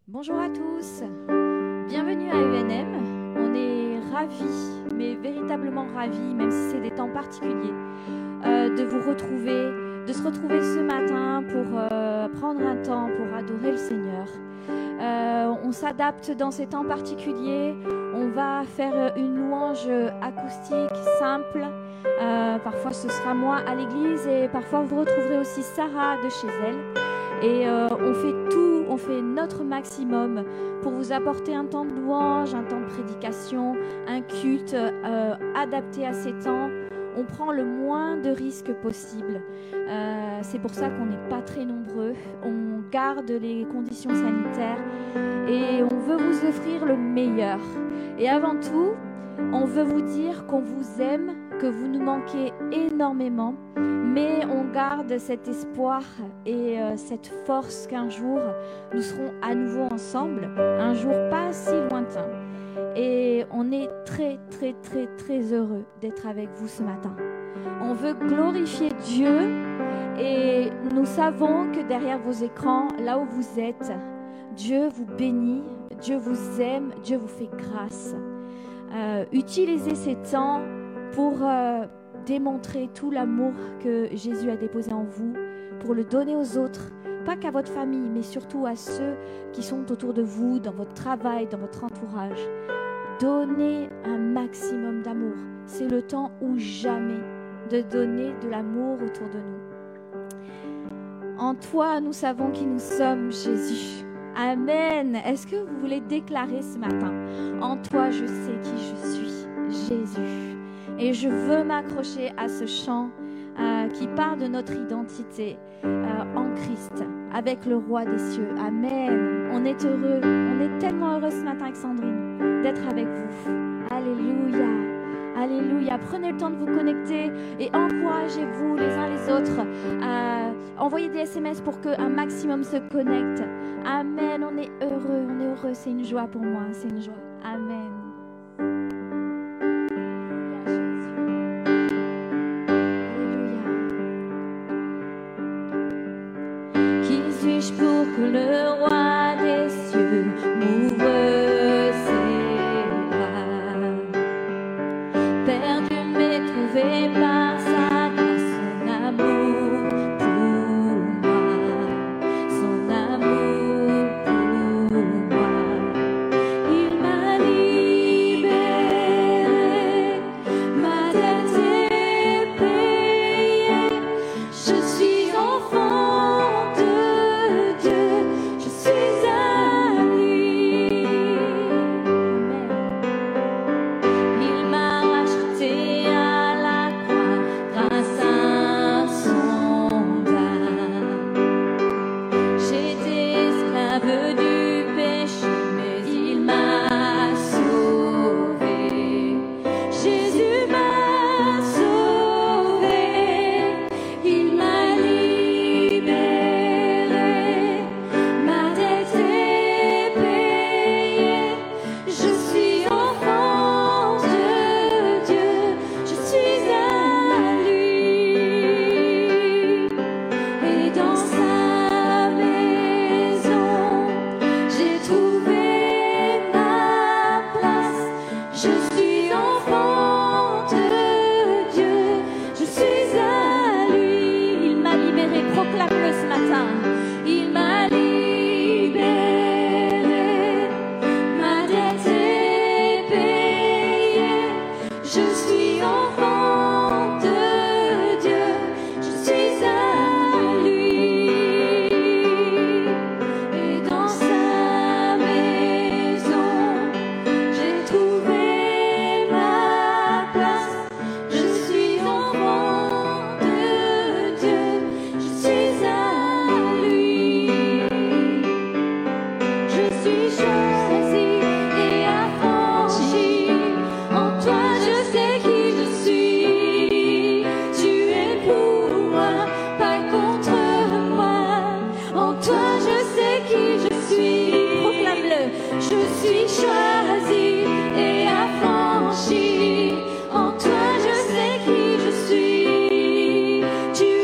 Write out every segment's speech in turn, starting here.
Bonjour à tous, bienvenue à UNM. On est ravis, mais véritablement ravis, même si c'est des temps particuliers, de vous retrouver, de se retrouver ce matin pour prendre un temps pour adorer le Seigneur. On s'adapte dans ces temps particuliers, on va faire une louange acoustique simple. Parfois ce sera moi à l'église et parfois vous retrouverez aussi Sarah de chez elle. Et on fait notre maximum pour vous apporter un temps de louange, un temps de prédication, un culte adapté à ces temps. On prend le moins de risques possible. C'est pour ça qu'on n'est pas très nombreux. On garde les conditions sanitaires et on veut vous offrir le meilleur. Et avant tout, on veut vous dire qu'on vous aime, que vous nous manquez énormément, mais on garde cet espoir et cette force qu'un jour, nous serons à nouveau ensemble, un jour pas si lointain. Et on est très, très, très, très heureux d'être avec vous ce matin. On veut glorifier Dieu et nous savons que derrière vos écrans, là où vous êtes, Dieu vous bénit, Dieu vous aime, Dieu vous fait grâce. Utilisez ces temps pour démontrer tout l'amour que Jésus a déposé en vous, pour le donner aux autres, pas qu'à votre famille, mais surtout à ceux qui sont autour de vous, dans votre travail, dans votre entourage. Donnez un maximum d'amour. C'est le temps ou jamais de donner de l'amour autour de nous. En toi, nous savons qui nous sommes, Jésus. Amen. Est-ce que vous voulez déclarer ce matin? En toi, je sais qui je suis, Jésus. Et je veux m'accrocher à ce chant qui parle de notre identité en Christ, avec le Roi des cieux. Amen. On est heureux, on est tellement heureux ce matin avec Sandrine d'être avec vous. Alléluia. Alléluia. Prenez le temps de vous connecter et encouragez-vous les uns les autres. Envoyez des SMS pour qu'un maximum se connecte. Amen. On est heureux, on est heureux. C'est une joie pour moi, c'est une joie. Amen. Pour que le roi des cieux m'ouvre ses bras, perdu mais trouvé par sa grâce, son amour pour moi, son amour pour moi. Il m'a libéré, ma dette est payée, je suis enfant.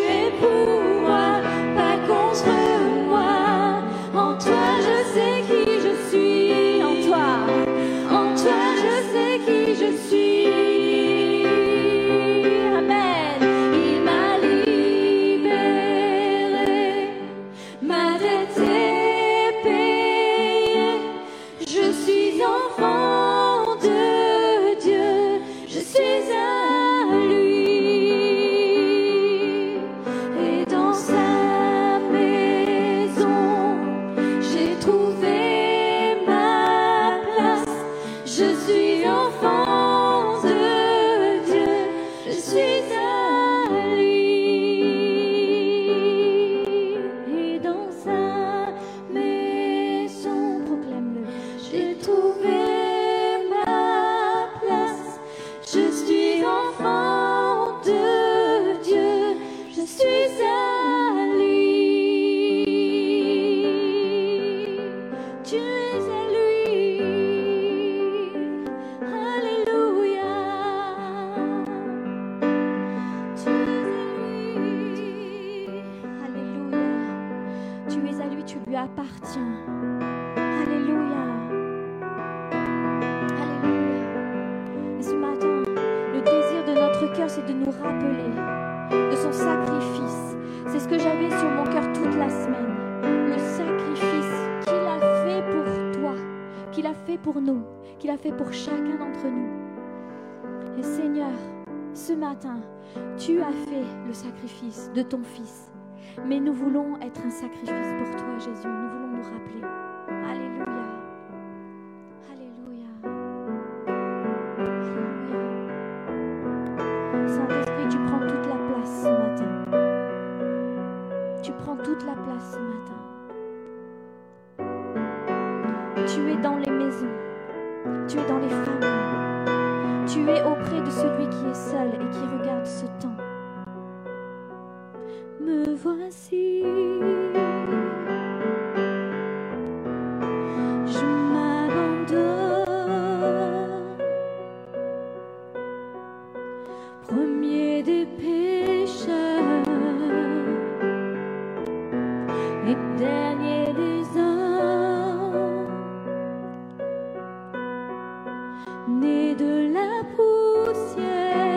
Toi, je sais qui appartient. Alléluia. Alléluia. Et ce matin, le désir de notre cœur, c'est de nous rappeler de son sacrifice. C'est ce que j'avais sur mon cœur toute la semaine. Le sacrifice qu'il a fait pour toi, qu'il a fait pour nous, qu'il a fait pour chacun d'entre nous. Et Seigneur, ce matin, tu as fait le sacrifice de ton Fils. Mais nous voulons être un sacrifice pour toi, Jésus. Nous voulons nous rappeler. Alléluia. Alléluia. Alléluia. Saint-Esprit, tu prends toute la place ce matin. Tu prends toute la place ce matin. Tu es dans les maisons. Tu es dans les familles. Tu es auprès de celui qui est seul et qui regarde ce temps. Me voici, je m'abandonne, premier des pécheurs et dernier des hommes, né de la poussière.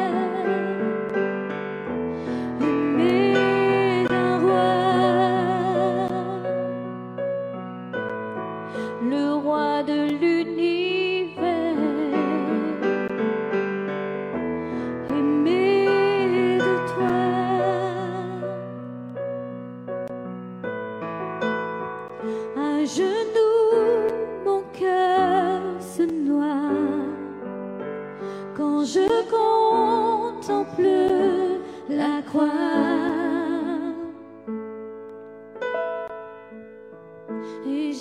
Le roi de l'univers, aimé de toi, à genoux mon cœur se noie quand je contemple la croix. Et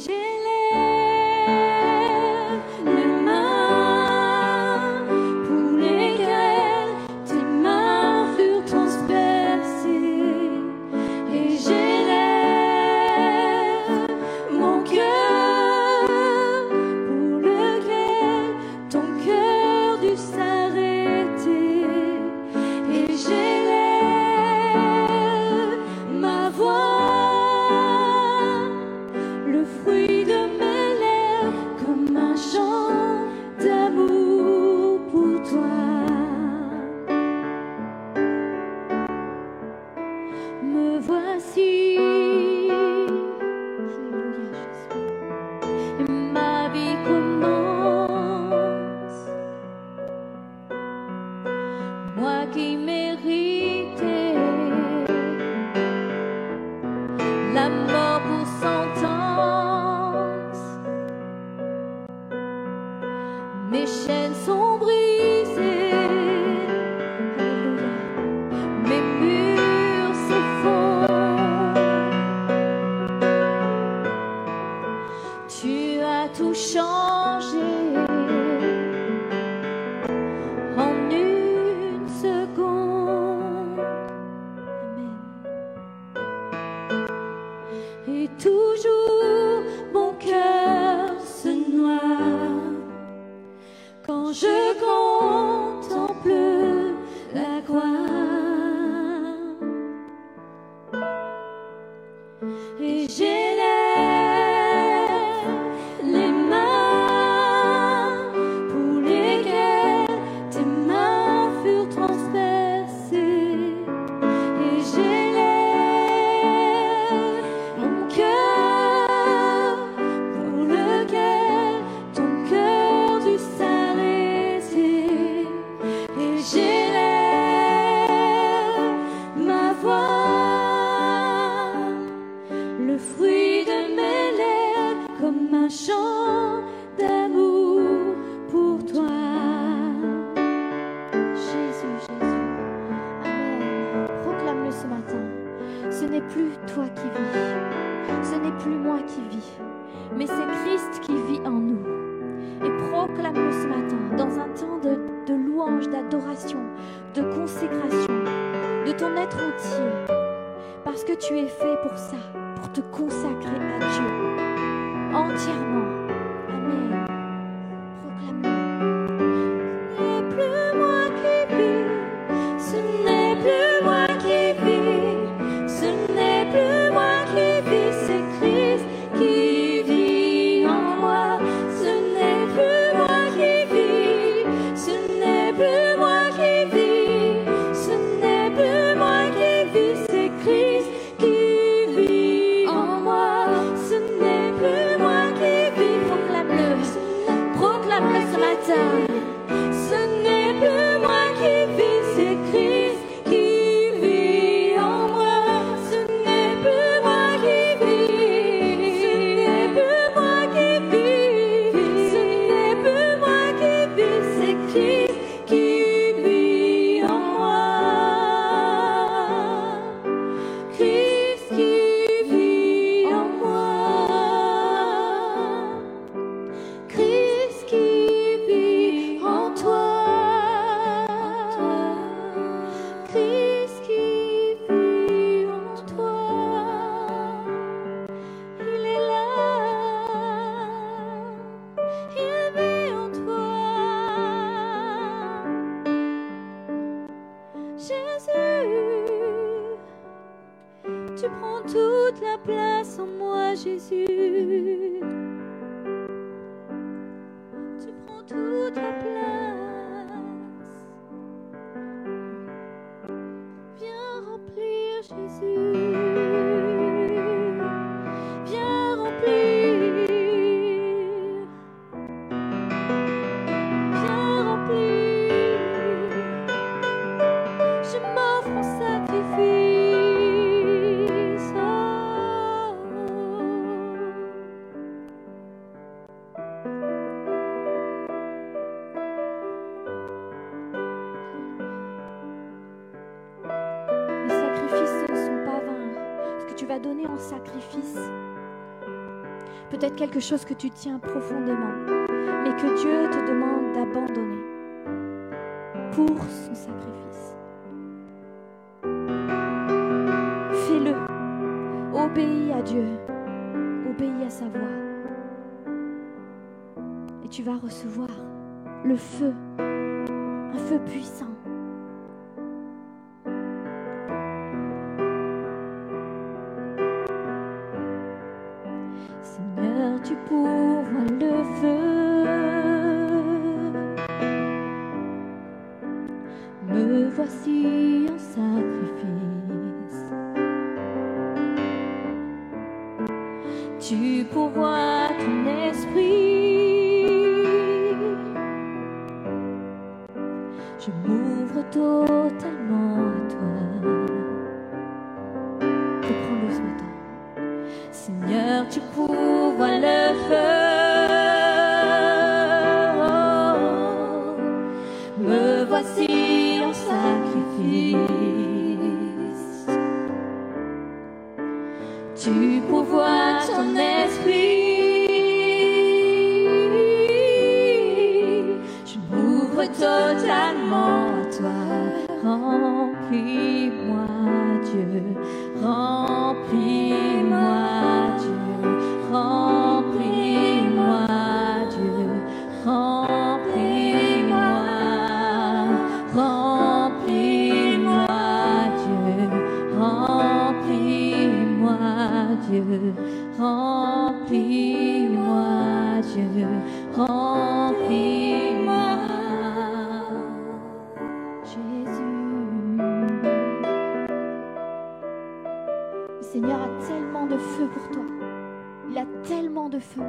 Ce n'est plus moi qui vis, c'est Christ qui Jésus. Tu prends toute la place. Viens remplir Jésus. Viens remplir. Viens remplir. Je m'offre en sacrifice. Oh. Les sacrifices ne sont pas vains. Ce que tu vas donner en sacrifice, peut-être quelque chose que tu tiens profondément, mais que Dieu te demande d'abandonner pour son sacrifice. Fais-le. Obéis à Dieu. Obéis à sa voix. Et tu vas recevoir le feu, un feu puissant. Seigneur, tu pourvois le feu. Me voici en sacrifice. Tu pourvois ton esprit. Je m'ouvre totalement à toi. Reprends-le ce matin. Seigneur, tu pourvois le feu. Me voici en sacrifice. Tu pourvois ton esprit. Je m'ouvre totalement à toi. Remplis-moi, Dieu. Remplis-moi, Dieu. Remplis-moi, Dieu. Remplis-moi. Remplis-moi, Dieu. Remplis-moi, Dieu. Remplis-moi, Dieu. Remplis-moi, Jésus. Le Seigneur a tellement de feu pour toi. Il a tellement de feu.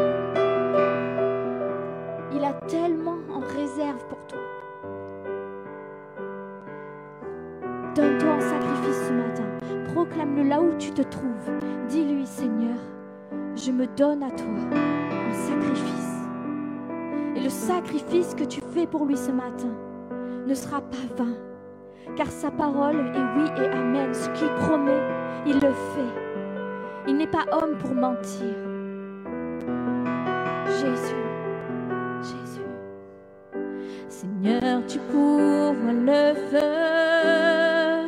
Il a tellement en réserve pour toi. Donne-toi en sacrifice ce matin. Proclame-le là où tu te trouves. Dis-lui, Seigneur, je me donne à toi en sacrifice. Et le sacrifice que tu fais pour lui ce matin ne sera pas vain. Car sa parole est oui et amen. Ce qu'il promet, il le fait. Il n'est pas homme pour mentir. Jésus, Jésus. Seigneur, tu pourvois le feu.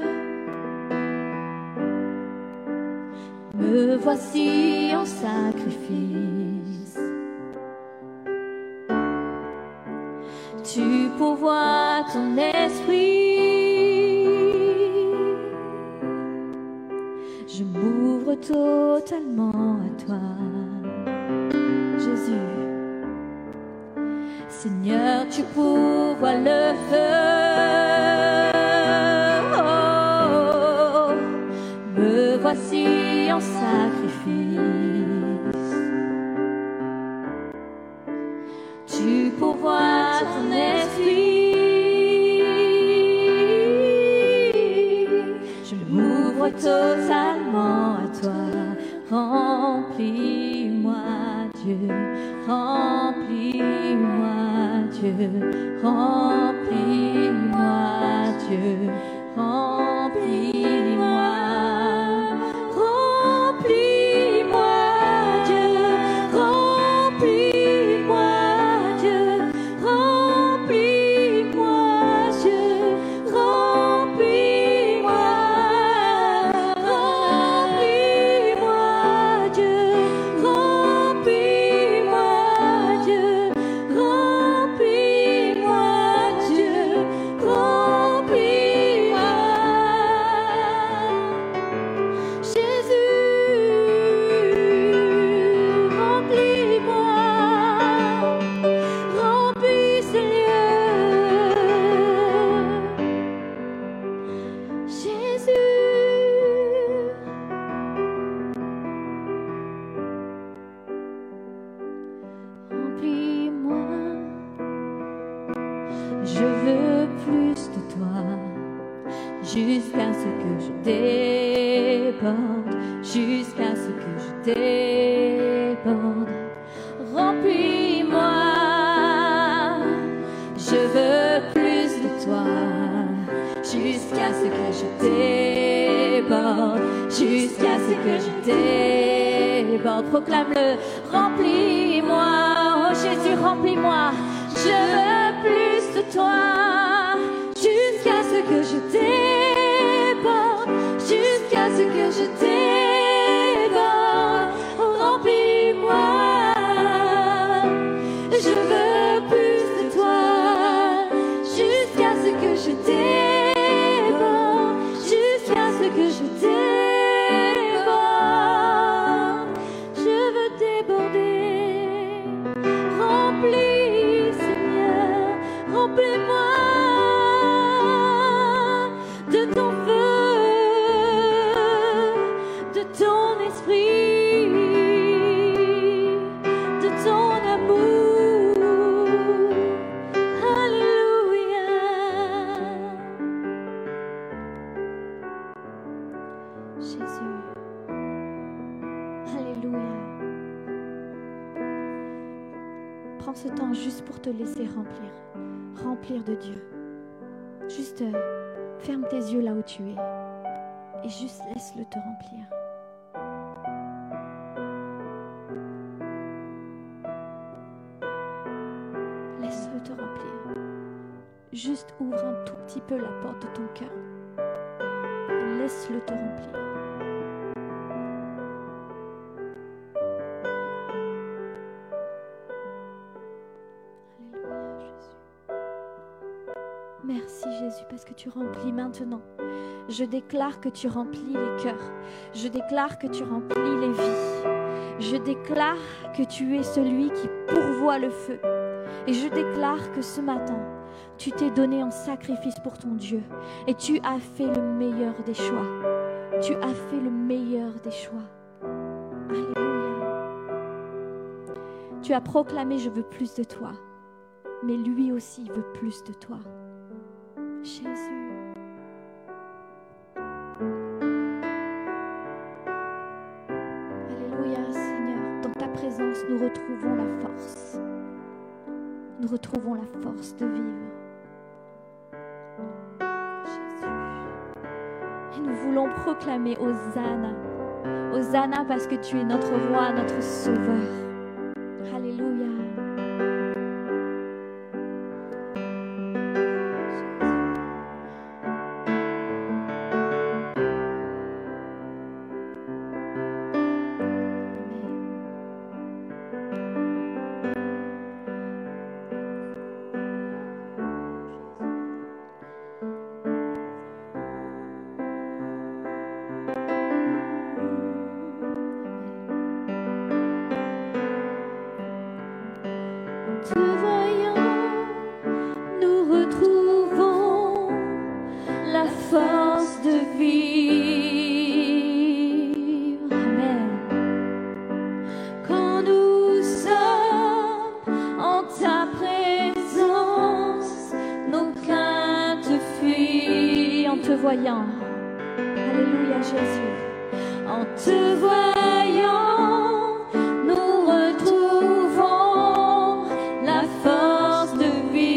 Me voici en sacrifice. Tu pourvois ton esprit. Je m'ouvre totalement à toi, Jésus. Seigneur, tu pourvois le feu. Oh, me voici en sacrifice. Tu pourvois ton esprit. Je m'ouvre totalement à toi. Remplis-moi, Dieu. Remplis-moi, Dieu. Remplis-moi, Dieu. Remplis-moi. Remplis-moi, Dieu. Remplis-moi, Dieu. Remplis-moi, Dieu. Remplis-moi. Remplis-moi, Dieu. Remplis-moi, Dieu. Remplis-moi, Dieu. Remplis-moi. jusqu'à ce que je déborde, jusqu'à ce que je déborde. Remplis-moi, je veux plus de toi, jusqu'à ce que je déborde, jusqu'à ce que je déborde. Proclame-le, remplis-moi, oh Jésus, remplis-moi, je veux plus de toi, jusqu'à ce que je déborde, jusqu'à ce que je déborde. Remplis-moi, je veux plus de toi, jusqu'à ce que je déborde, jusqu'à ce que je déborde. Je veux déborder. Remplis, Seigneur, remplis-moi de ton feu, de ton esprit, de ton amour. Alléluia. Jésus, alléluia. Prends ce temps juste pour te laisser remplir de Dieu. Juste ferme tes yeux là où tu es et juste laisse-le te remplir. Laisse-le te remplir. Juste ouvre un tout petit peu la porte de ton cœur et laisse-le te remplir. Alléluia, Jésus. Merci Jésus parce que tu remplis maintenant. Je déclare que tu remplis les cœurs. Je déclare que tu remplis les vies. Je déclare que tu es celui qui pourvoit le feu. Et je déclare que ce matin, tu t'es donné en sacrifice pour ton Dieu. Et tu as fait le meilleur des choix. Tu as fait le meilleur des choix. Alléluia. Tu as proclamé, je veux plus de toi. Mais lui aussi veut plus de toi. Jésus. Alléluia, Seigneur. Dans ta présence, nous retrouvons la force. Nous retrouvons la force de vivre. Jésus. Et nous voulons proclamer Hosanna. Hosanna parce que tu es notre roi, notre sauveur. Alléluia. Te voyant, nous retrouvons la force de vivre. Amen. Quand nous sommes en ta présence, nos craintes fuient. En te voyant, alléluia Jésus. En te voyant, nous retrouvons la force de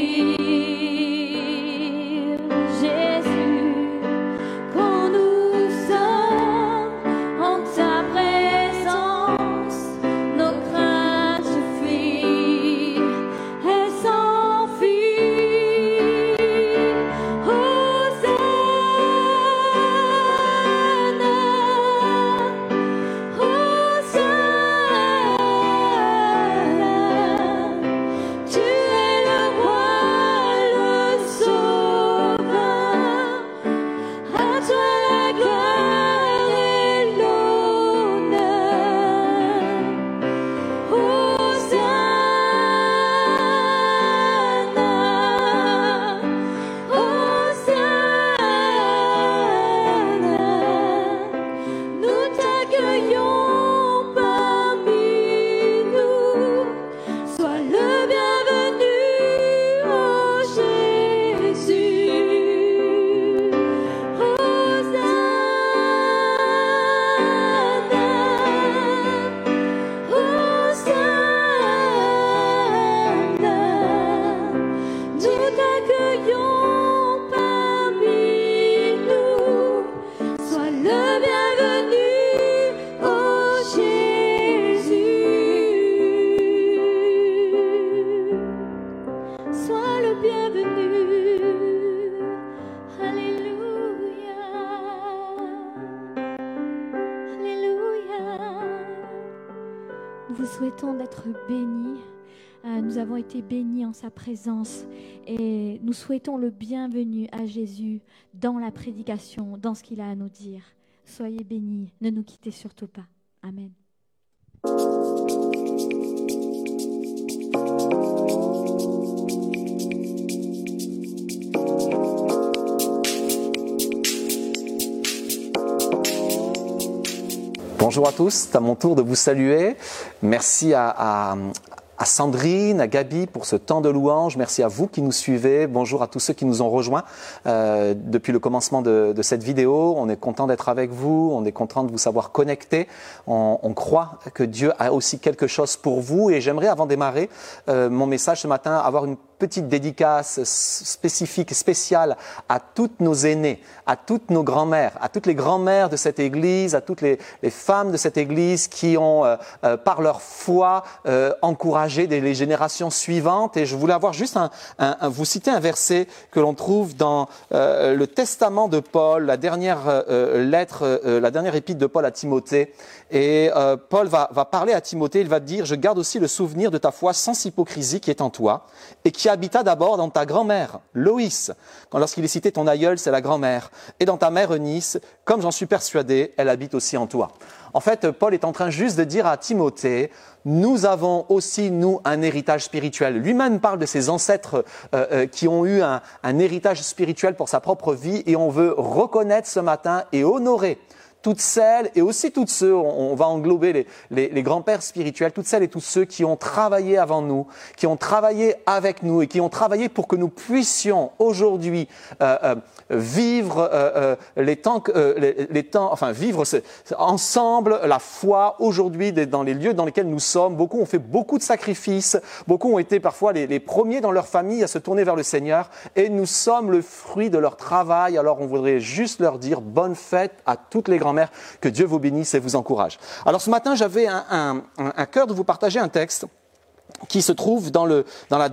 vivre, Jésus. Quand nous sommes en ta présence, nos craintes fuient, elles s'enfuient. Hosanna, bénis. Nous avons été bénis en sa présence et nous souhaitons le bienvenu à Jésus dans la prédication, dans ce qu'il a à nous dire. Soyez bénis, ne nous quittez surtout pas. Amen. Bonjour à tous, c'est à mon tour de vous saluer. Merci à Sandrine, à Gabi pour ce temps de louange. Merci à vous qui nous suivez. Bonjour à tous ceux qui nous ont rejoints depuis le commencement de cette vidéo. On est content d'être avec vous, on est content de vous savoir connectés. On croit que Dieu a aussi quelque chose pour vous et j'aimerais avant de démarrer mon message ce matin avoir une petite dédicace spécifique, spéciale à toutes nos aînés, à toutes nos grands-mères, à toutes les grands-mères de cette église, à toutes les femmes de cette église qui ont, par leur foi, encouragé les générations suivantes. Et je voulais avoir juste vous citer un verset que l'on trouve dans le testament de Paul, la dernière lettre, la dernière épître de Paul à Timothée. Et Paul va parler à Timothée, il va dire « Je garde aussi le souvenir de ta foi sans hypocrisie qui est en toi et qui habita d'abord dans ta grand-mère, Loïs. Lorsqu'il est cité ton aïeul, c'est la grand-mère. Et dans ta mère Eunice, comme j'en suis persuadé, elle habite aussi en toi. » En fait, Paul est en train juste de dire à Timothée, nous avons aussi, nous, un héritage spirituel. Lui-même parle de ses ancêtres qui ont eu un héritage spirituel pour sa propre vie et on veut reconnaître ce matin et honorer toutes celles et aussi tous ceux, on va englober les grands-pères spirituels, toutes celles et tous ceux qui ont travaillé avant nous, qui ont travaillé avec nous et qui ont travaillé pour que nous puissions aujourd'hui vivre vivre ensemble la foi aujourd'hui dans les lieux dans lesquels nous sommes. Beaucoup ont fait beaucoup de sacrifices, beaucoup ont été parfois les premiers dans leur famille à se tourner vers le Seigneur et nous sommes le fruit de leur travail. Alors on voudrait juste leur dire bonne fête à toutes les grand-mères, que Dieu vous bénisse et vous encourage. Alors ce matin, j'avais un cœur de vous partager un texte qui se trouve dans le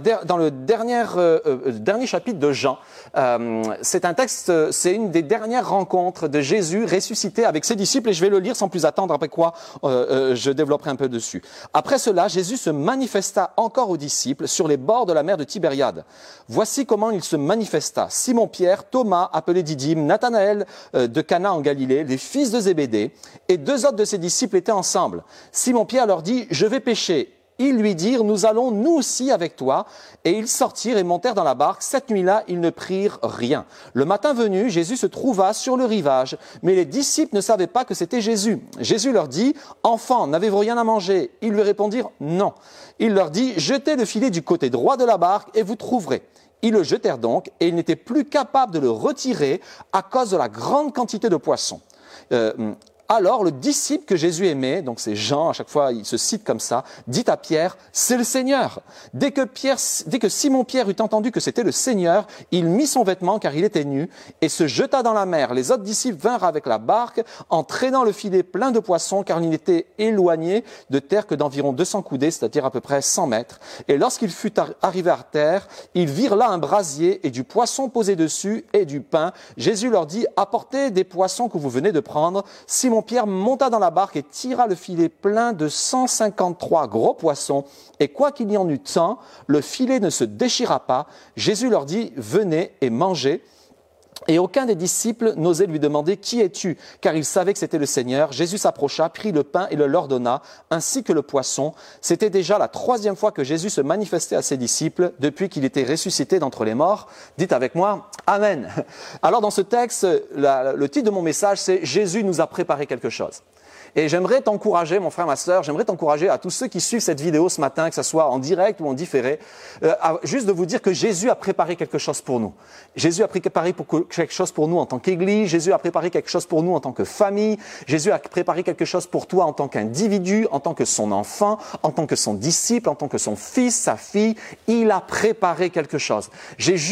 dernier chapitre de Jean. C'est un texte, c'est une des dernières rencontres de Jésus ressuscité avec ses disciples et je vais le lire sans plus attendre, après quoi je développerai un peu dessus. Après cela, Jésus se manifesta encore aux disciples sur les bords de la mer de Tibériade. Voici comment il se manifesta. Simon-Pierre, Thomas, appelé Didyme, Nathanaël de Cana en Galilée, les fils de Zébédée, et deux autres de ses disciples étaient ensemble. Simon-Pierre leur dit « Je vais pêcher ». Ils lui dirent, nous allons nous aussi avec toi. Et ils sortirent et montèrent dans la barque. Cette nuit-là, ils ne prirent rien. Le matin venu, Jésus se trouva sur le rivage. Mais les disciples ne savaient pas que c'était Jésus. Jésus leur dit, enfants, n'avez-vous rien à manger? Ils lui répondirent, non. Il leur dit, jetez le filet du côté droit de la barque et vous trouverez. Ils le jetèrent donc et ils n'étaient plus capables de le retirer à cause de la grande quantité de poissons. Alors, le disciple que Jésus aimait, donc c'est Jean, à chaque fois il se cite comme ça, dit à Pierre, c'est le Seigneur. Dès que Simon-Pierre eut entendu que c'était le Seigneur, il mit son vêtement car il était nu et se jeta dans la mer. Les autres disciples vinrent avec la barque en traînant le filet plein de poissons car il n'était éloigné de terre que d'environ 200 coudées, c'est-à-dire à peu près 100 mètres. Et lorsqu'il fut arrivé à terre, ils virent là un brasier et du poisson posé dessus et du pain. Jésus leur dit, apportez des poissons que vous venez de prendre. Simon-Pierre monta dans la barque et tira le filet plein de 153 gros poissons. Et quoi qu'il y en eût tant, le filet ne se déchira pas. Jésus leur dit, venez et mangez. Et aucun des disciples n'osait lui demander « Qui es-tu » car il savait que c'était le Seigneur. Jésus s'approcha, prit le pain et le leur donna, ainsi que le poisson. C'était déjà la 3e fois que Jésus se manifestait à ses disciples depuis qu'il était ressuscité d'entre les morts. Dites avec moi « Amen ». Alors dans ce texte, le titre de mon message, c'est « Jésus nous a préparé quelque chose ». Et j'aimerais t'encourager, mon frère, ma sœur, j'aimerais t'encourager à tous ceux qui suivent cette vidéo ce matin, que ce soit en direct ou en différé, juste de vous dire que Jésus a préparé quelque chose pour nous. Jésus a préparé quelque chose pour nous en tant qu'Église, Jésus a préparé quelque chose pour nous en tant que famille, Jésus a préparé quelque chose pour toi en tant qu'individu, en tant que son enfant, en tant que son disciple, en tant que son fils, sa fille. Il a préparé quelque chose. J'ai juste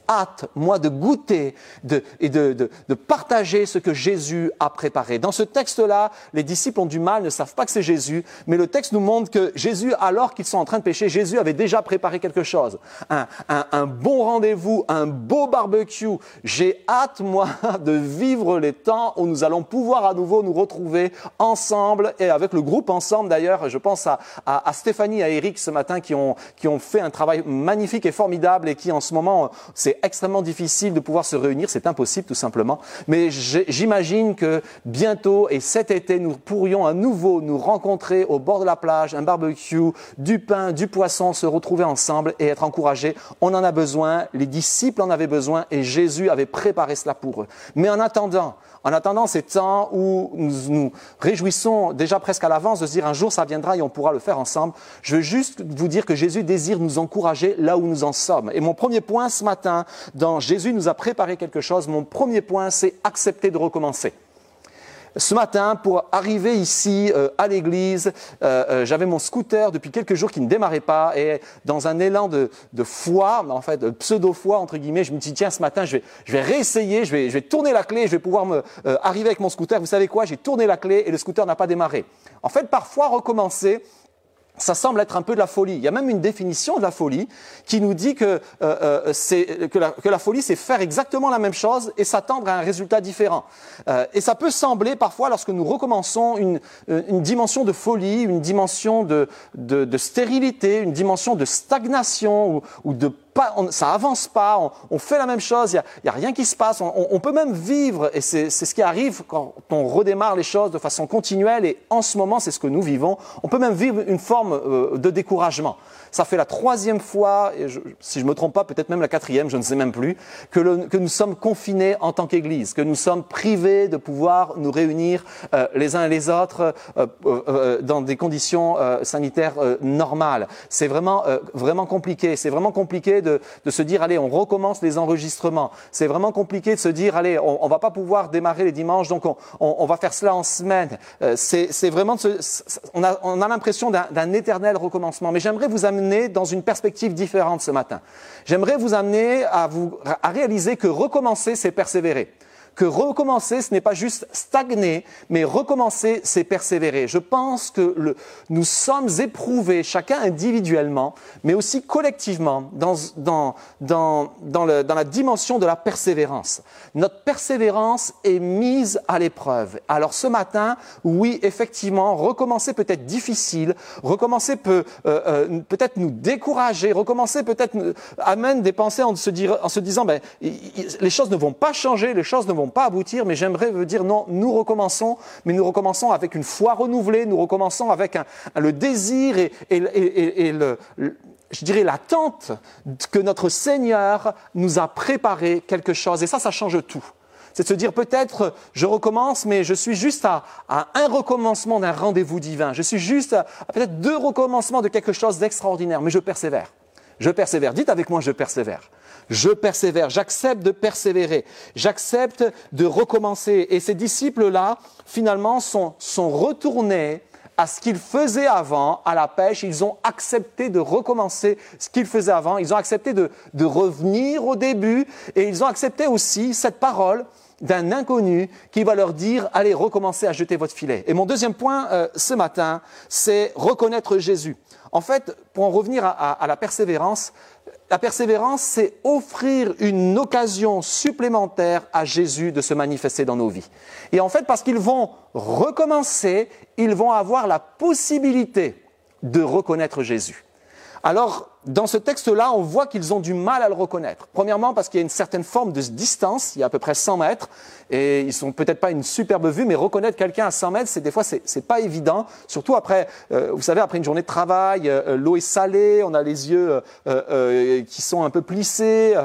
hâte, moi, de goûter et de partager ce que Jésus a préparé. Dans ce texte-là, les disciples ont du mal, ne savent pas que c'est Jésus, mais le texte nous montre que Jésus, alors qu'ils sont en train de pécher, Jésus avait déjà préparé quelque chose. Un bon rendez-vous, un beau barbecue. J'ai hâte, moi, de vivre les temps où nous allons pouvoir à nouveau nous retrouver ensemble et avec le groupe ensemble. D'ailleurs, je pense à Stéphanie et à Eric ce matin qui ont fait un travail magnifique et formidable et qui en ce moment, c'est extrêmement difficile de pouvoir se réunir, c'est impossible tout simplement. Mais j'imagine que bientôt et cet été, nous pourrions à nouveau nous rencontrer au bord de la plage, un barbecue, du pain, du poisson, se retrouver ensemble et être encouragés. On en a besoin, les disciples en avaient besoin et Jésus avait préparé cela pour eux. Mais en attendant ces temps où nous nous réjouissons déjà presque à l'avance de se dire un jour ça viendra et on pourra le faire ensemble, je veux juste vous dire que Jésus désire nous encourager là où nous en sommes. Et mon premier point ce matin, dans Jésus nous a préparé quelque chose, mon premier point c'est accepter de recommencer. Ce matin, pour arriver ici à l'église, j'avais mon scooter depuis quelques jours qui ne démarrait pas et dans un élan de foi, en fait de pseudo-foi entre guillemets, je me dis tiens ce matin je vais réessayer, je vais tourner la clé, je vais pouvoir arriver avec mon scooter. Vous savez quoi? J'ai tourné la clé et le scooter n'a pas démarré. En fait, parfois recommencer, ça semble être un peu de la folie. Il y a même une définition de la folie qui nous dit que la folie, c'est faire exactement la même chose et s'attendre à un résultat différent. Et ça peut sembler parfois, lorsque nous recommençons, une dimension de folie, une dimension de stérilité, une dimension de stagnation ou de ça avance pas, on fait la même chose, il y a rien qui se passe, on peut même vivre, et c'est ce qui arrive quand on redémarre les choses de façon continuelle, et en ce moment c'est ce que nous vivons, on peut même vivre une forme de découragement. Ça fait la 3e fois, et si je me trompe pas, peut-être même la 4e, je ne sais même plus, que nous sommes confinés en tant qu'Église, que nous sommes privés de pouvoir nous réunir les uns et les autres dans des conditions sanitaires normales. C'est vraiment compliqué. C'est vraiment compliqué de se dire allez, on recommence les enregistrements. C'est vraiment compliqué de se dire allez, on va pas pouvoir démarrer les dimanches, donc on va faire cela en semaine. C'est vraiment on a l'impression d'un éternel recommencement. Mais j'aimerais vous amener dans une perspective différente ce matin. J'aimerais vous amener à réaliser que recommencer, c'est persévérer. Que recommencer, ce n'est pas juste stagner, mais recommencer, c'est persévérer. Je pense que nous sommes éprouvés, chacun individuellement, mais aussi collectivement, dans la dimension de la persévérance. Notre persévérance est mise à l'épreuve. Alors ce matin, oui, effectivement, recommencer peut être difficile, recommencer peut peut-être nous décourager, recommencer peut-être amène des pensées en se disant, les choses ne vont pas changer, les choses ne vont pas aboutir, mais j'aimerais vous dire non, nous recommençons, mais nous recommençons avec une foi renouvelée, nous recommençons avec le désir et je dirais l'attente que notre Seigneur nous a préparé quelque chose. Et ça change tout. C'est de se dire peut-être je recommence, mais je suis juste à un recommencement d'un rendez-vous divin. Je suis juste à peut-être 2 recommencements de quelque chose d'extraordinaire, mais je persévère. Je persévère. Dites avec moi, je persévère. Je persévère. J'accepte de persévérer. J'accepte de recommencer. Et ces disciples-là, finalement, sont retournés à ce qu'ils faisaient avant, à la pêche. Ils ont accepté de recommencer ce qu'ils faisaient avant. Ils ont accepté de revenir au début. Et ils ont accepté aussi cette parole d'un inconnu qui va leur dire « Allez, recommencez à jeter votre filet ». Et mon deuxième point ce matin, c'est reconnaître Jésus. En fait, pour en revenir à la persévérance, c'est offrir une occasion supplémentaire à Jésus de se manifester dans nos vies. Et en fait, parce qu'ils vont recommencer, ils vont avoir la possibilité de reconnaître Jésus. Alors, dans ce texte-là, on voit qu'ils ont du mal à le reconnaître. Premièrement, parce qu'il y a une certaine forme de distance, il y a à peu près 100 mètres, et ils sont peut-être pas une superbe vue, mais reconnaître quelqu'un à 100 mètres, des fois, c'est pas évident. Surtout après, vous savez, après une journée de travail, l'eau est salée, on a les yeux qui sont un peu plissés,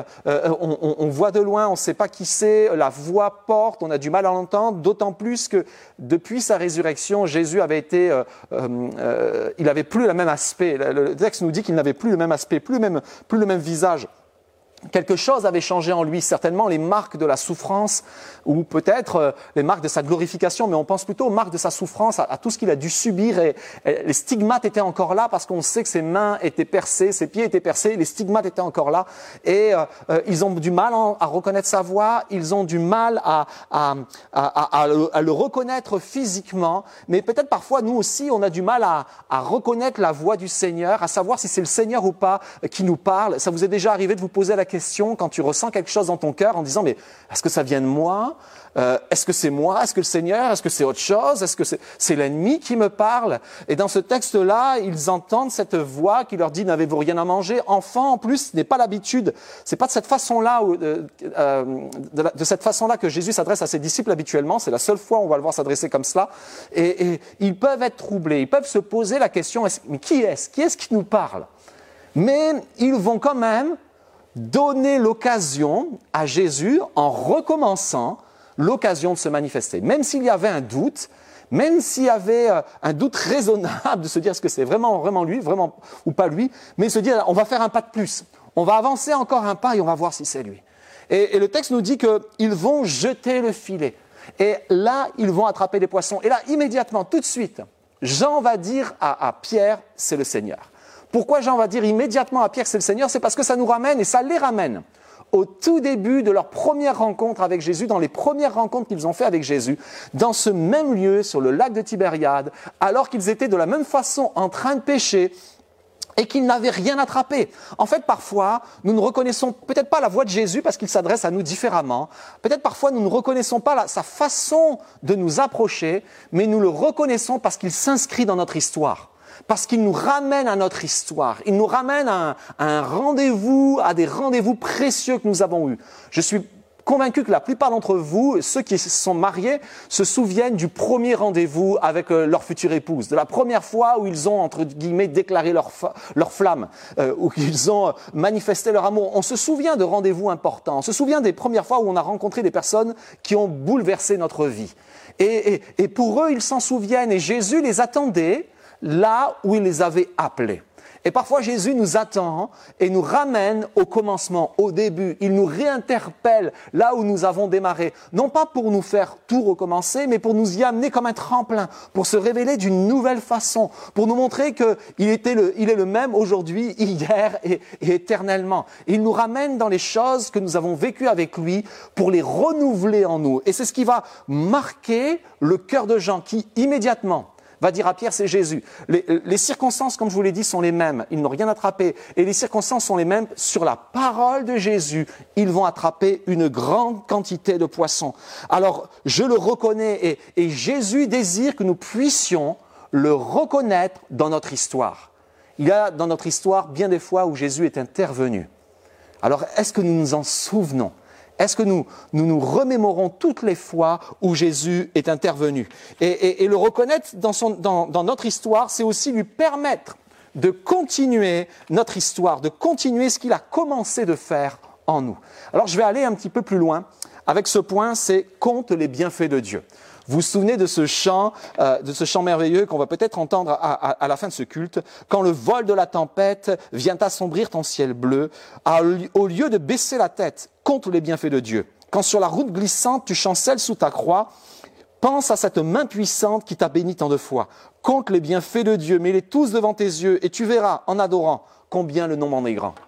on voit de loin, on sait pas qui c'est, la voix porte, on a du mal à l'entendre, d'autant plus que depuis sa résurrection, Jésus avait été, il avait plus le même aspect. Le texte nous dit qu'il n'avait plus le même aspect, plus le même visage. quelque chose avait changé en lui, certainement les marques de la souffrance ou peut-être les marques de sa glorification, mais on pense plutôt aux marques de sa souffrance, à tout ce qu'il a dû subir et les stigmates étaient encore là parce qu'on sait que ses mains étaient percées, ses pieds étaient percés, les stigmates étaient encore là et ils ont du mal à reconnaître sa voix, ils ont du mal à le reconnaître physiquement, mais peut-être parfois nous aussi on a du mal à reconnaître la voix du Seigneur, à savoir si c'est le Seigneur ou pas qui nous parle. Ça vous est déjà arrivé de vous poser la question quand tu ressens quelque chose dans ton cœur en disant mais est-ce que ça vient de moi? Est-ce que c'est moi? Est-ce que le Seigneur? Est-ce que c'est autre chose? Est-ce que c'est l'ennemi qui me parle? Et dans ce texte-là, ils entendent cette voix qui leur dit n'avez-vous rien à manger? Enfant, en plus, ce n'est pas l'habitude. C'est pas de cette façon-là, de cette façon-là que Jésus s'adresse à ses disciples habituellement. C'est la seule fois où on va le voir s'adresser comme cela. Et ils peuvent être troublés. Ils peuvent se poser la question mais qui est-ce? Qui est-ce qui nous parle? Mais ils vont quand même donner l'occasion à Jésus, en recommençant, l'occasion de se manifester. Même s'il y avait un doute, même s'il y avait un doute raisonnable de se dire est-ce que c'est vraiment lui, vraiment ou pas lui, mais se dire on va faire un pas de plus, on va avancer encore un pas et on va voir si c'est lui. Et le texte nous dit qu'ils vont jeter le filet. Et là, ils vont attraper les poissons. Et là, immédiatement, tout de suite, Jean va dire à Pierre, c'est le Seigneur. Pourquoi Jean va dire immédiatement à Pierre c'est le Seigneur? C'est parce que ça nous ramène et ça les ramène au tout début de leur première rencontre avec Jésus, dans les premières rencontres qu'ils ont fait avec Jésus, dans ce même lieu, sur le lac de Tibériade, alors qu'ils étaient de la même façon en train de pécher et qu'ils n'avaient rien attrapé. En fait, parfois, nous ne reconnaissons peut-être pas la voix de Jésus parce qu'il s'adresse à nous différemment. Peut-être parfois, nous ne reconnaissons pas sa façon de nous approcher, mais nous le reconnaissons parce qu'il s'inscrit dans notre histoire. Parce qu'il nous ramène à notre histoire, il nous ramène à un rendez-vous, à des rendez-vous précieux que nous avons eus. Je suis convaincu que la plupart d'entre vous, ceux qui se sont mariés, se souviennent du premier rendez-vous avec leur future épouse, de la première fois où ils ont, entre guillemets, déclaré leur flamme, où ils ont manifesté leur amour. On se souvient de rendez-vous importants, on se souvient des premières fois où on a rencontré des personnes qui ont bouleversé notre vie. Et pour eux, ils s'en souviennent et Jésus les attendait là où il les avait appelés. Et parfois, Jésus nous attend et nous ramène au commencement, au début. Il nous réinterpelle là où nous avons démarré. Non pas pour nous faire tout recommencer, mais pour nous y amener comme un tremplin, pour se révéler d'une nouvelle façon, pour nous montrer qu'il est le même aujourd'hui, hier et éternellement. Il nous ramène dans les choses que nous avons vécues avec lui pour les renouveler en nous. Et c'est ce qui va marquer le cœur de Jean qui, immédiatement, va dire à Pierre, c'est Jésus. Les circonstances, comme je vous l'ai dit, sont les mêmes. Ils n'ont rien attrapé. Et les circonstances sont les mêmes. Sur la parole de Jésus, ils vont attraper une grande quantité de poissons. Alors, je le reconnais et Jésus désire que nous puissions le reconnaître dans notre histoire. Il y a dans notre histoire bien des fois où Jésus est intervenu. Alors, est-ce que nous nous en souvenons ? Est-ce que nous remémorons toutes les fois où Jésus est intervenu? Et le reconnaître dans notre histoire, c'est aussi lui permettre de continuer notre histoire, de continuer ce qu'il a commencé de faire en nous. Alors je vais aller un petit peu plus loin avec ce point, c'est « Compte les bienfaits de Dieu ». Vous vous souvenez de ce chant merveilleux qu'on va peut-être entendre à la fin de ce culte. Quand le vol de la tempête vient assombrir ton ciel bleu, au lieu de baisser la tête, compte les bienfaits de Dieu. Quand sur la route glissante, tu chancelles sous ta croix, pense à cette main puissante qui t'a béni tant de fois. Compte les bienfaits de Dieu, mets-les tous devant tes yeux et tu verras, en adorant, combien le nom en est grand.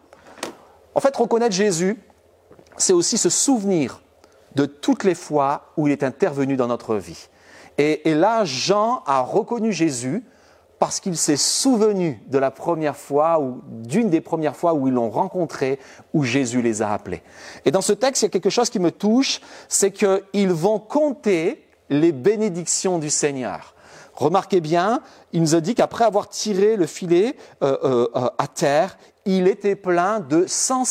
En fait, reconnaître Jésus, c'est aussi se souvenir de toutes les fois où il est intervenu dans notre vie. Et là, Jean a reconnu Jésus parce qu'il s'est souvenu de la première fois ou d'une des premières fois où ils l'ont rencontré, où Jésus les a appelés. Et dans ce texte, il y a quelque chose qui me touche, c'est qu'ils vont compter les bénédictions du Seigneur. Remarquez bien, il nous a dit qu'après avoir tiré le filet à terre, il était plein de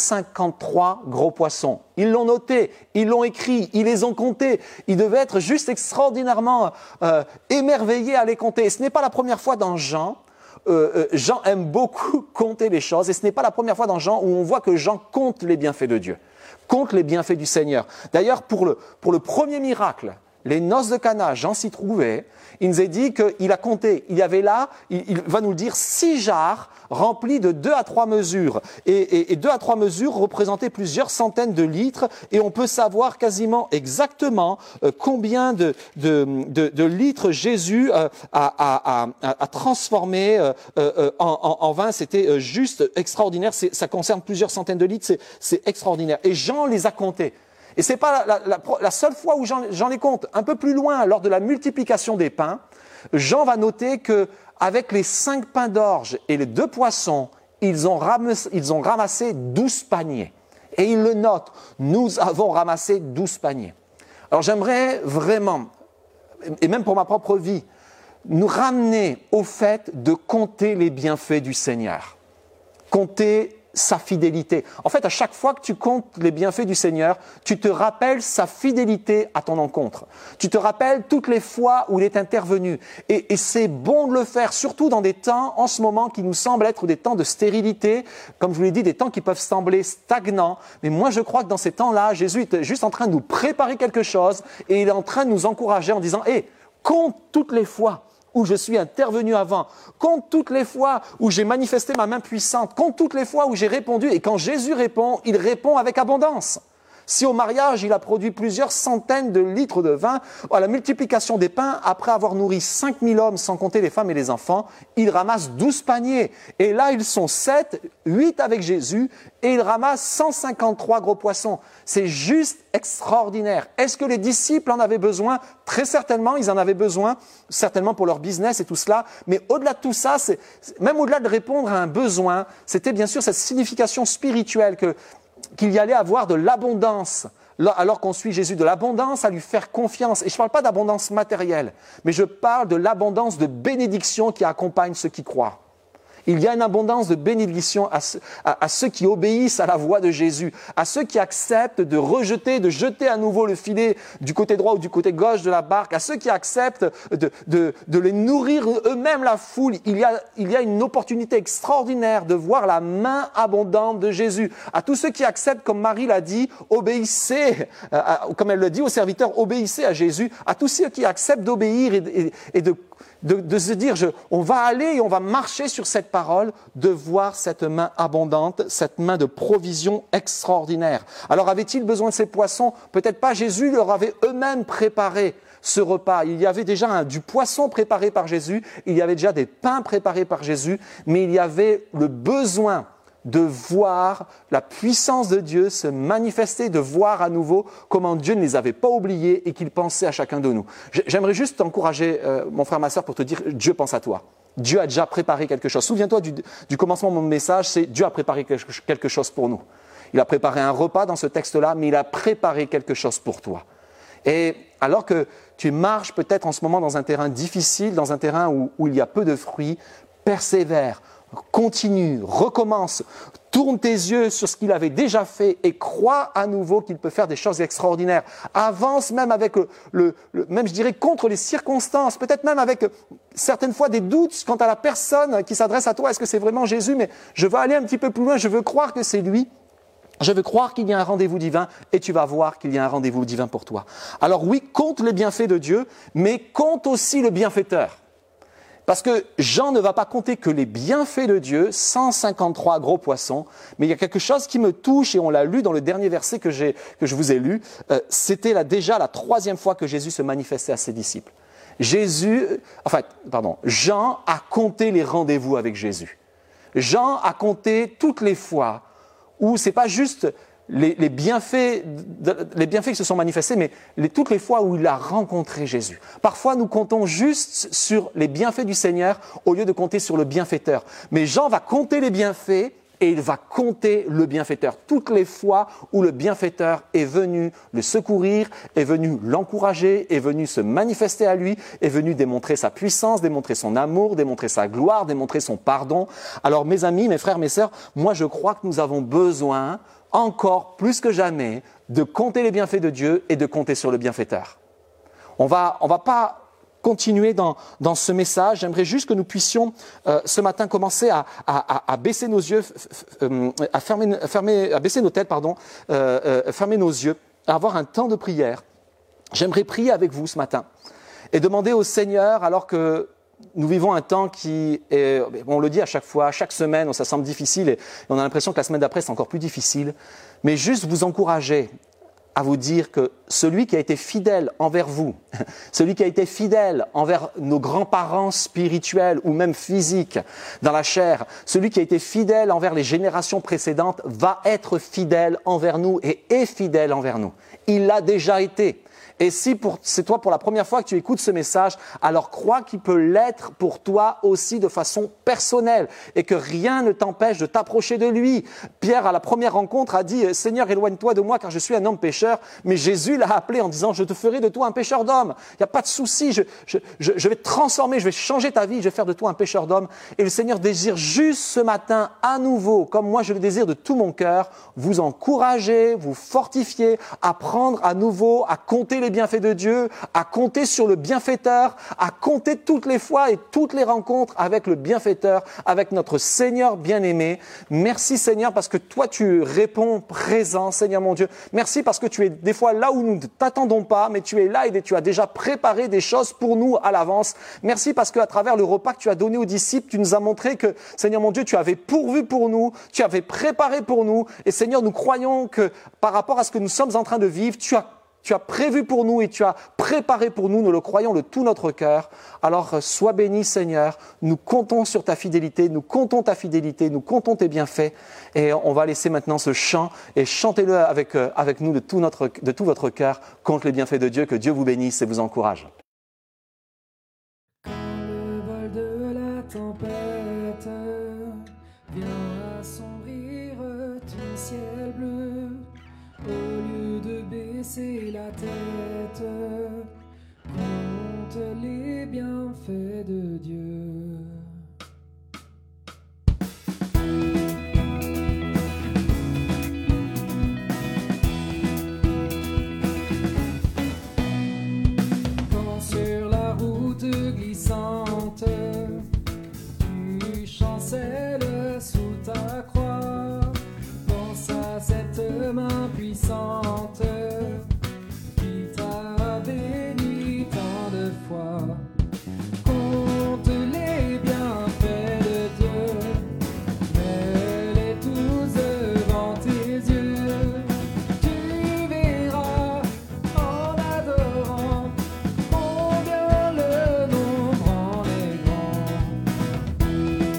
153 gros poissons. Ils l'ont noté, ils l'ont écrit, ils les ont comptés. Ils devaient être juste extraordinairement émerveillés à les compter. Et ce n'est pas la première fois dans Jean. Jean aime beaucoup compter les choses. Et ce n'est pas la première fois dans Jean où on voit que Jean compte les bienfaits de Dieu, compte les bienfaits du Seigneur. D'ailleurs, pour le premier miracle les noces de Cana, Jean s'y trouvait, il nous est dit qu'il a compté. Il y avait là, il va nous le dire, 6 jarres remplies de 2 à 3 mesures. Et 2 à 3 mesures représentaient plusieurs centaines de litres. Et on peut savoir quasiment exactement combien de litres Jésus a transformé en vin. C'était juste extraordinaire. Ça concerne plusieurs centaines de litres. C'est extraordinaire. Et Jean les a comptés. Et ce n'est pas la seule fois où Jean les compte. Un peu plus loin, lors de la multiplication des pains, Jean va noter qu'avec les 5 pains d'orge et les 2 poissons, ils ont ramassé 12 paniers. Et il le note, nous avons ramassé 12 paniers. Alors j'aimerais vraiment, et même pour ma propre vie, nous ramener au fait de compter les bienfaits du Seigneur. Compter sa fidélité. En fait, à chaque fois que tu comptes les bienfaits du Seigneur, tu te rappelles sa fidélité à ton encontre. Tu te rappelles toutes les fois où il est intervenu. Et c'est bon de le faire, surtout dans des temps, en ce moment, qui nous semblent être des temps de stérilité, comme je vous l'ai dit, des temps qui peuvent sembler stagnants. Mais moi, je crois que dans ces temps-là, Jésus est juste en train de nous préparer quelque chose et il est en train de nous encourager en disant « Hé, compte toutes les fois où je suis intervenu avant, compte toutes les fois où j'ai manifesté ma main puissante, compte toutes les fois où j'ai répondu. Et quand Jésus répond, il répond avec abondance. Si au mariage, il a produit plusieurs centaines de litres de vin, à la multiplication des pains, après avoir nourri 5000 hommes, sans compter les femmes et les enfants, il ramasse 12 paniers. Et là, ils sont 7, 8 avec Jésus, et il ramasse 153 gros poissons. C'est juste extraordinaire. Est-ce que les disciples en avaient besoin? Très certainement, ils en avaient besoin, certainement pour leur business et tout cela. Mais au-delà de tout ça, même au-delà de répondre à un besoin, c'était bien sûr cette signification spirituelle qu'il y allait avoir de l'abondance, alors qu'on suit Jésus, de l'abondance à lui faire confiance. Et je ne parle pas d'abondance matérielle, mais je parle de l'abondance de bénédiction qui accompagne ceux qui croient. Il y a une abondance de bénédiction à ceux qui obéissent à la voix de Jésus, à ceux qui acceptent de jeter à nouveau le filet du côté droit ou du côté gauche de la barque, à ceux qui acceptent de les nourrir eux-mêmes la foule. Il y a une opportunité extraordinaire de voir la main abondante de Jésus. À tous ceux qui acceptent, comme Marie l'a dit, obéissez, comme elle le dit aux serviteurs, obéissez à Jésus. À tous ceux qui acceptent d'obéir et de se dire, on va aller et on va marcher sur cette parole, de voir cette main abondante, cette main de provision extraordinaire. Alors avait-il besoin de ces poissons? Peut-être pas. Jésus leur avait eux-mêmes préparé ce repas. Il y avait déjà du poisson préparé par Jésus, il y avait déjà des pains préparés par Jésus, mais il y avait le besoin de voir la puissance de Dieu se manifester, de voir à nouveau comment Dieu ne les avait pas oubliés et qu'il pensait à chacun de nous. J'aimerais juste t'encourager, mon frère, ma sœur, pour te dire, Dieu pense à toi. Dieu a déjà préparé quelque chose. Souviens-toi du commencement de mon message, c'est Dieu a préparé quelque chose pour nous. Il a préparé un repas dans ce texte-là, mais il a préparé quelque chose pour toi. Et alors que tu marches peut-être en ce moment dans un terrain difficile, dans un terrain où il y a peu de fruits, persévère. Continue, recommence, tourne tes yeux sur ce qu'il avait déjà fait et crois à nouveau qu'il peut faire des choses extraordinaires. Avance même avec même je dirais contre les circonstances, peut-être même avec certaines fois des doutes quant à la personne qui s'adresse à toi. Est-ce que c'est vraiment Jésus? Mais je veux aller un petit peu plus loin, je veux croire que c'est lui. Je veux croire qu'il y a un rendez-vous divin et tu vas voir qu'il y a un rendez-vous divin pour toi. Alors oui, compte les bienfaits de Dieu, mais compte aussi le bienfaiteur. Parce que Jean ne va pas compter que les bienfaits de Dieu, 153 gros poissons, mais il y a quelque chose qui me touche et on l'a lu dans le dernier verset que je vous ai lu. C'était déjà la 3e fois que Jésus se manifestait à ses disciples. Jean a compté les rendez-vous avec Jésus. Jean a compté toutes les fois où c'est pas juste les bienfaits qui se sont manifestés, mais toutes les fois où il a rencontré Jésus. Parfois, nous comptons juste sur les bienfaits du Seigneur au lieu de compter sur le bienfaiteur. Mais Jean va compter les bienfaits et il va compter le bienfaiteur. Toutes les fois où le bienfaiteur est venu le secourir, est venu l'encourager, est venu se manifester à lui, est venu démontrer sa puissance, démontrer son amour, démontrer sa gloire, démontrer son pardon. Alors mes amis, mes frères, mes sœurs, moi je crois que nous avons besoin encore plus que jamais de compter les bienfaits de Dieu et de compter sur le bienfaiteur. On va pas continuer dans ce message. J'aimerais juste que nous puissions ce matin commencer à baisser nos yeux, à baisser nos têtes, fermer nos yeux, à avoir un temps de prière. J'aimerais prier avec vous ce matin et demander au Seigneur, alors que nous vivons un temps qui est, on le dit à chaque fois, chaque semaine, ça semble difficile et on a l'impression que la semaine d'après c'est encore plus difficile, mais juste vous encourager à vous dire que celui qui a été fidèle envers vous, celui qui a été fidèle envers nos grands-parents spirituels ou même physiques dans la chair, celui qui a été fidèle envers les générations précédentes va être fidèle envers nous et est fidèle envers nous. Il l'a déjà été. Et si c'est toi pour la première fois que tu écoutes ce message, alors crois qu'il peut l'être pour toi aussi de façon personnelle et que rien ne t'empêche de t'approcher de lui. Pierre, à la première rencontre, a dit « Seigneur, éloigne-toi de moi car je suis un homme pécheur ». Mais Jésus l'a appelé en disant « Je te ferai de toi un pécheur d'hommes ». Il n'y a pas de souci, je vais te transformer, je vais changer ta vie, je vais faire de toi un pécheur d'hommes. Et le Seigneur désire juste ce matin, à nouveau, comme moi je le désire de tout mon cœur, vous encourager, vous fortifier, apprendre à nouveau à compter les bienfaits de Dieu, à compter sur le bienfaiteur, à compter toutes les fois et toutes les rencontres avec le bienfaiteur, avec notre Seigneur bien-aimé. Merci Seigneur parce que toi tu réponds présent, Seigneur mon Dieu. Merci parce que tu es des fois là où nous ne t'attendons pas, mais tu es là et tu as déjà préparé des choses pour nous à l'avance. Merci parce qu'à travers le repas que tu as donné aux disciples, tu nous as montré que, Seigneur mon Dieu, tu avais pourvu pour nous, tu avais préparé pour nous. Et Seigneur, nous croyons que par rapport à ce que nous sommes en train de vivre, tu as prévu pour nous et tu as préparé pour nous, nous le croyons de tout notre cœur. Alors, sois béni Seigneur, nous comptons sur ta fidélité, nous comptons ta fidélité, nous comptons tes bienfaits. Et on va laisser maintenant ce chant et chantez-le avec nous de tout votre cœur contre les bienfaits de Dieu. Que Dieu vous bénisse et vous encourage. Quand le vol de la tempête vient assombrir ton ciel bleu, au lieu de baisser la tête, compte les bienfaits de Dieu. Quand sur la route glissante, tu chancelles sous ta croix, pense à cette main puissante qui t'a béni tant de fois. Compte les bienfaits de Dieu, mets-les tous devant tes yeux. Tu verras en adorant combien le nombre en est grand.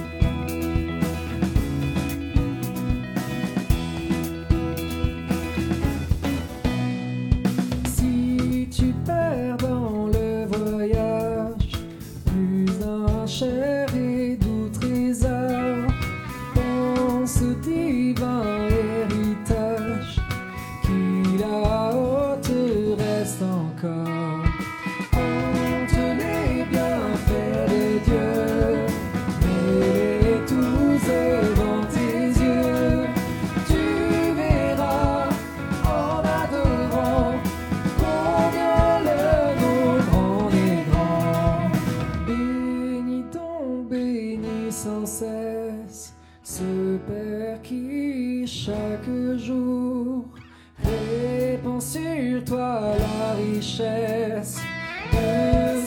Si tu perds dans le voyage plus un cher et doux trésor, pense au divin héritage qui là-haut te reste encore. Compte les bienfaits de Dieu, mets-les tous devant tes yeux. Tu verras en adorant combien le nombre en est grand. Bénis donc, bénis sans cesse ce Père qui chaque jour répand sur toi la richesse de